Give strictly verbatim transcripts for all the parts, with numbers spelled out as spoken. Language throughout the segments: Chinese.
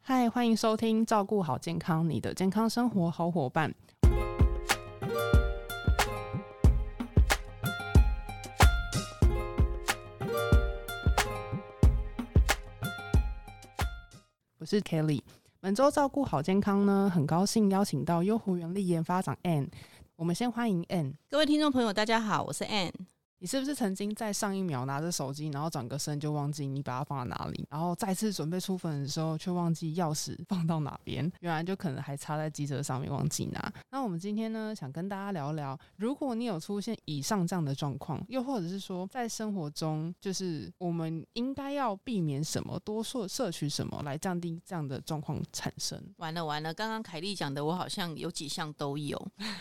嗨，欢迎收听照顾好健康，你的健康生活好伙伴。我是 Kelly。 本周照顾好健康呢，很高兴邀请到优活原力研发长 Ann。 我们先欢迎 Ann。 各位听众朋友大家好，我是 Ann。 你是不是曾经在上一秒拿着手机，然后转个身就忘记你把它放在哪里，然后再次准备出门的时候却忘记钥匙放到哪边，原来就可能还插在机车上面忘记拿。那我们今天呢，想跟大家聊聊，如果你有出现以上这样的状况，又或者是说在生活中就是我们应该要避免什么，多摄取什么来降低这样的状况产生。 完了完了，刚刚凯莉讲的我好像有几项都有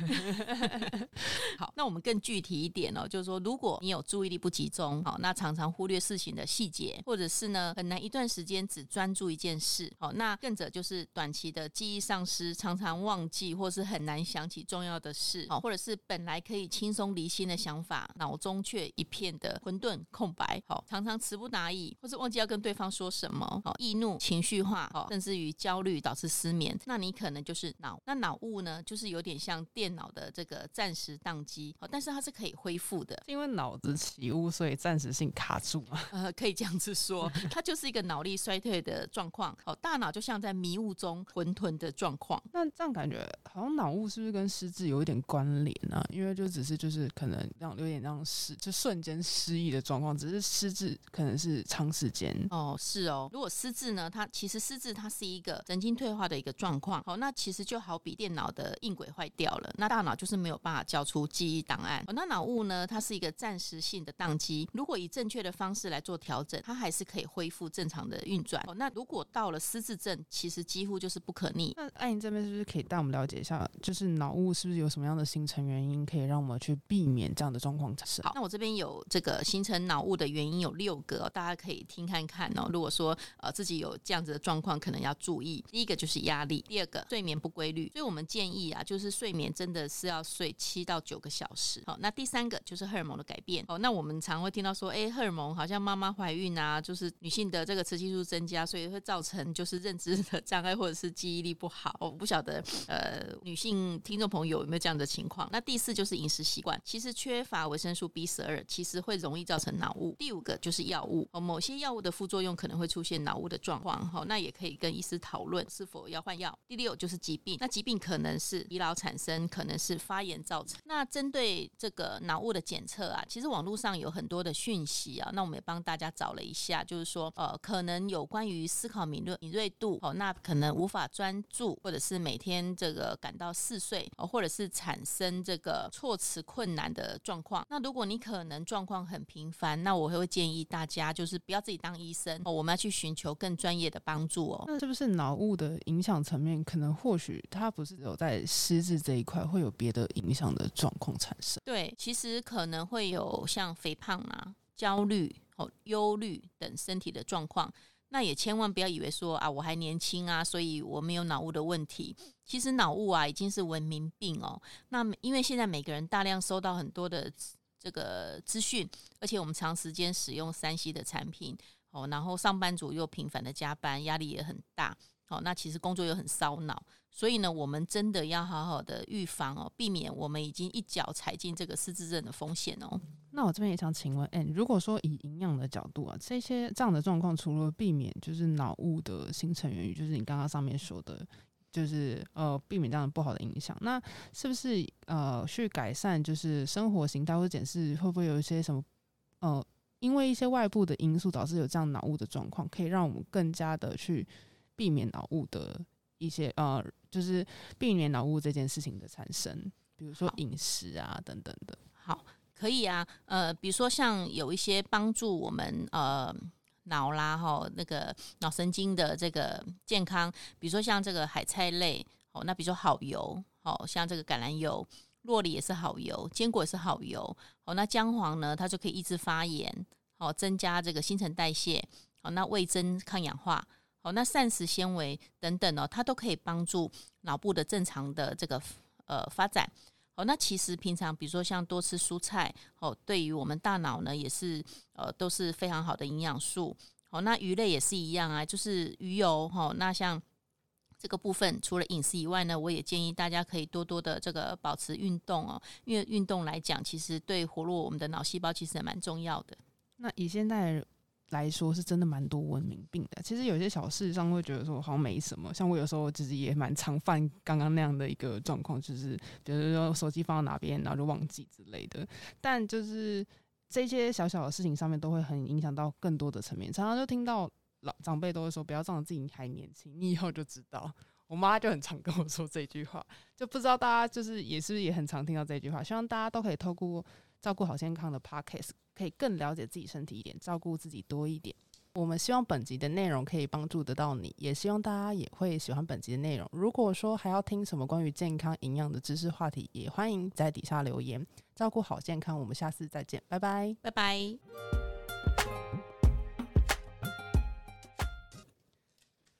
好，那我们更具体一点哦，就是说如果你有注意力不集中，好，那常常忽略事情的细节，或者是呢很难一段时间只专注一件事，好，那更者就是短期的记忆丧失，常常忘记或是很难想起重要的事，好，或者是本来可以轻松离心的想法，脑中却一片的混沌空白，好，常常词不达意，或是忘记要跟对方说什么，好，易怒、情绪化，好，甚至于焦虑导致失眠，那你可能就是脑。那脑雾呢，就是有点像电脑的这个暂时宕机，好，但是它是可以恢复的。 是因为脑子起雾所以暂时性卡住吗？ 呃，可以这样子说，它就是一个脑力衰退的状况，好，大脑就像在迷雾中混沌的状况。 那这样感觉好像脑雾是不是跟失智有一点关联啊？因为就只是就是可能让有点让失就瞬间失忆的状况，只是失智可能是长时间。 哦，是哦。如果失智呢，它其实失智它是一个神经退化的一个状况。好，那其实就好比电脑的硬轨坏掉了，那大脑就是没有办法交出记忆档案。哦，那脑雾呢，它是一个暂时性的宕机，如果以正确的方式来做调整，它还是可以恢复正常的运转。哦，那如果到了失智症，其实几乎就是不可逆。 那艾莹这边是不是可以带我们了解一下，就是脑雾是不是有什么样的形成原因，可以让我们去避免这样的状况产生？ 好，那我这边有这个形成脑雾的原因有六个，哦，大家可以听看看哦。如果说呃自己有这样子的状况，可能要注意。第一个就是压力，第二个睡眠不规律，所以我们建议啊，就是睡眠真的是要睡七到九个小时。好，那第三个就是荷尔蒙的改变。哦，那我们常会听到说，哎，荷尔蒙好像妈妈怀孕啊，就是女性的这个雌激素增加，所以会造成就是认知的障碍或者是记忆力不好。我不晓得呃女性听众朋友有没有这样的情况。那第四就是饮食习惯，其实缺乏维生素 B 十二 其实会容易造成脑雾。第五个就是药物，哦，某些药物的副作用可能会出现脑雾的状况，哦，那也可以跟医师讨论是否要换药。第六就是疾病，那疾病可能是疲劳产生，可能是发炎造成。那针对这个脑雾的检测啊，其实网络上有很多的讯息啊，那我们也帮大家找了一下，就是说呃，可能有关于思考敏锐敏锐度，哦，那可能无法专注，或者是每天这个感到嗜睡，哦，或者是产生这个措辞困难的状况。那如果你可能状况很频繁，那我会建议大家就是不要自己当医生，哦，我们要去寻求更专业的帮助哦。 那是不是脑雾的影响层面，可能或许它不是只有在失智这一块，会有别的影响的状况产生？ 对，其实可能会有像肥胖啊、焦虑、哦、忧虑等身体的状况。那也千万不要以为说啊，我还年轻啊，所以我没有脑雾的问题。其实脑雾啊，已经是文明病哦。那因为现在每个人大量收到很多的这个资讯，而且我们长时间使用 三 C 的产品，哦，然后上班族又频繁的加班，压力也很大。哦，那其实工作又很烧脑，所以呢，我们真的要好好的预防哦，避免我们已经一脚踩进这个失智症的风险哦。 那我这边也想请问，哎，如果说以营养的角度啊，这些这样的状况，除了避免就是脑雾的形成原因，就是你刚刚上面说的，就是呃避免这样的不好的影响，那是不是呃去改善就是生活形态，或者检视会不会有一些什么呃因为一些外部的因素导致有这样脑雾的状况，可以让我们更加的去避免脑雾的一些呃，就是避免脑雾这件事情的产生，比如说饮食啊等等的。 好，可以啊，呃，比如说像有一些帮助我们呃脑啦哈那个脑神经的这个健康，比如说像这个海菜类，哦，那比如说好油，哦，像这个橄榄油。酪梨也是好油，坚果也是好油。好，那姜黄呢，它就可以抑制发炎，好，增加这个新陈代谢，好，那味增抗氧化，好，那膳食纤维等等哦，它都可以帮助脑部的正常的这个呃发展。好，那其实平常比如说像多吃蔬菜，哦，对于我们大脑呢也是呃都是非常好的营养素。好，那鱼类也是一样啊，就是鱼油，哦，那像这个部分除了饮食以外呢，我也建议大家可以多多的这个保持运动哦，因为运动来讲，其实对活络我们的脑细胞其实也蛮重要的。 那以现在来说是真的蛮多文明病的，其实有些小事上会觉得说好像没什么，像我有时候其实也蛮常犯刚刚那样的一个状况，就是比如说手机放到哪边然后就忘记之类的，但就是这些小小的事情上面都会很影响到更多的层面。常常就听到老长辈都会说不要仗着自己还年轻，你以后就知道。我妈就很常跟我说这句话，就不知道大家就是也是不是也很常听到这句话。希望大家都可以透过照顾好健康的 podcast 可以更了解自己身体一点，照顾自己多一点。我们希望本集的内容可以帮助得到你，也希望大家也会喜欢本集的内容。如果说还要听什么关于健康营养的知识话题，也欢迎在底下留言。照顾好健康，我们下次再见，拜拜， 拜拜。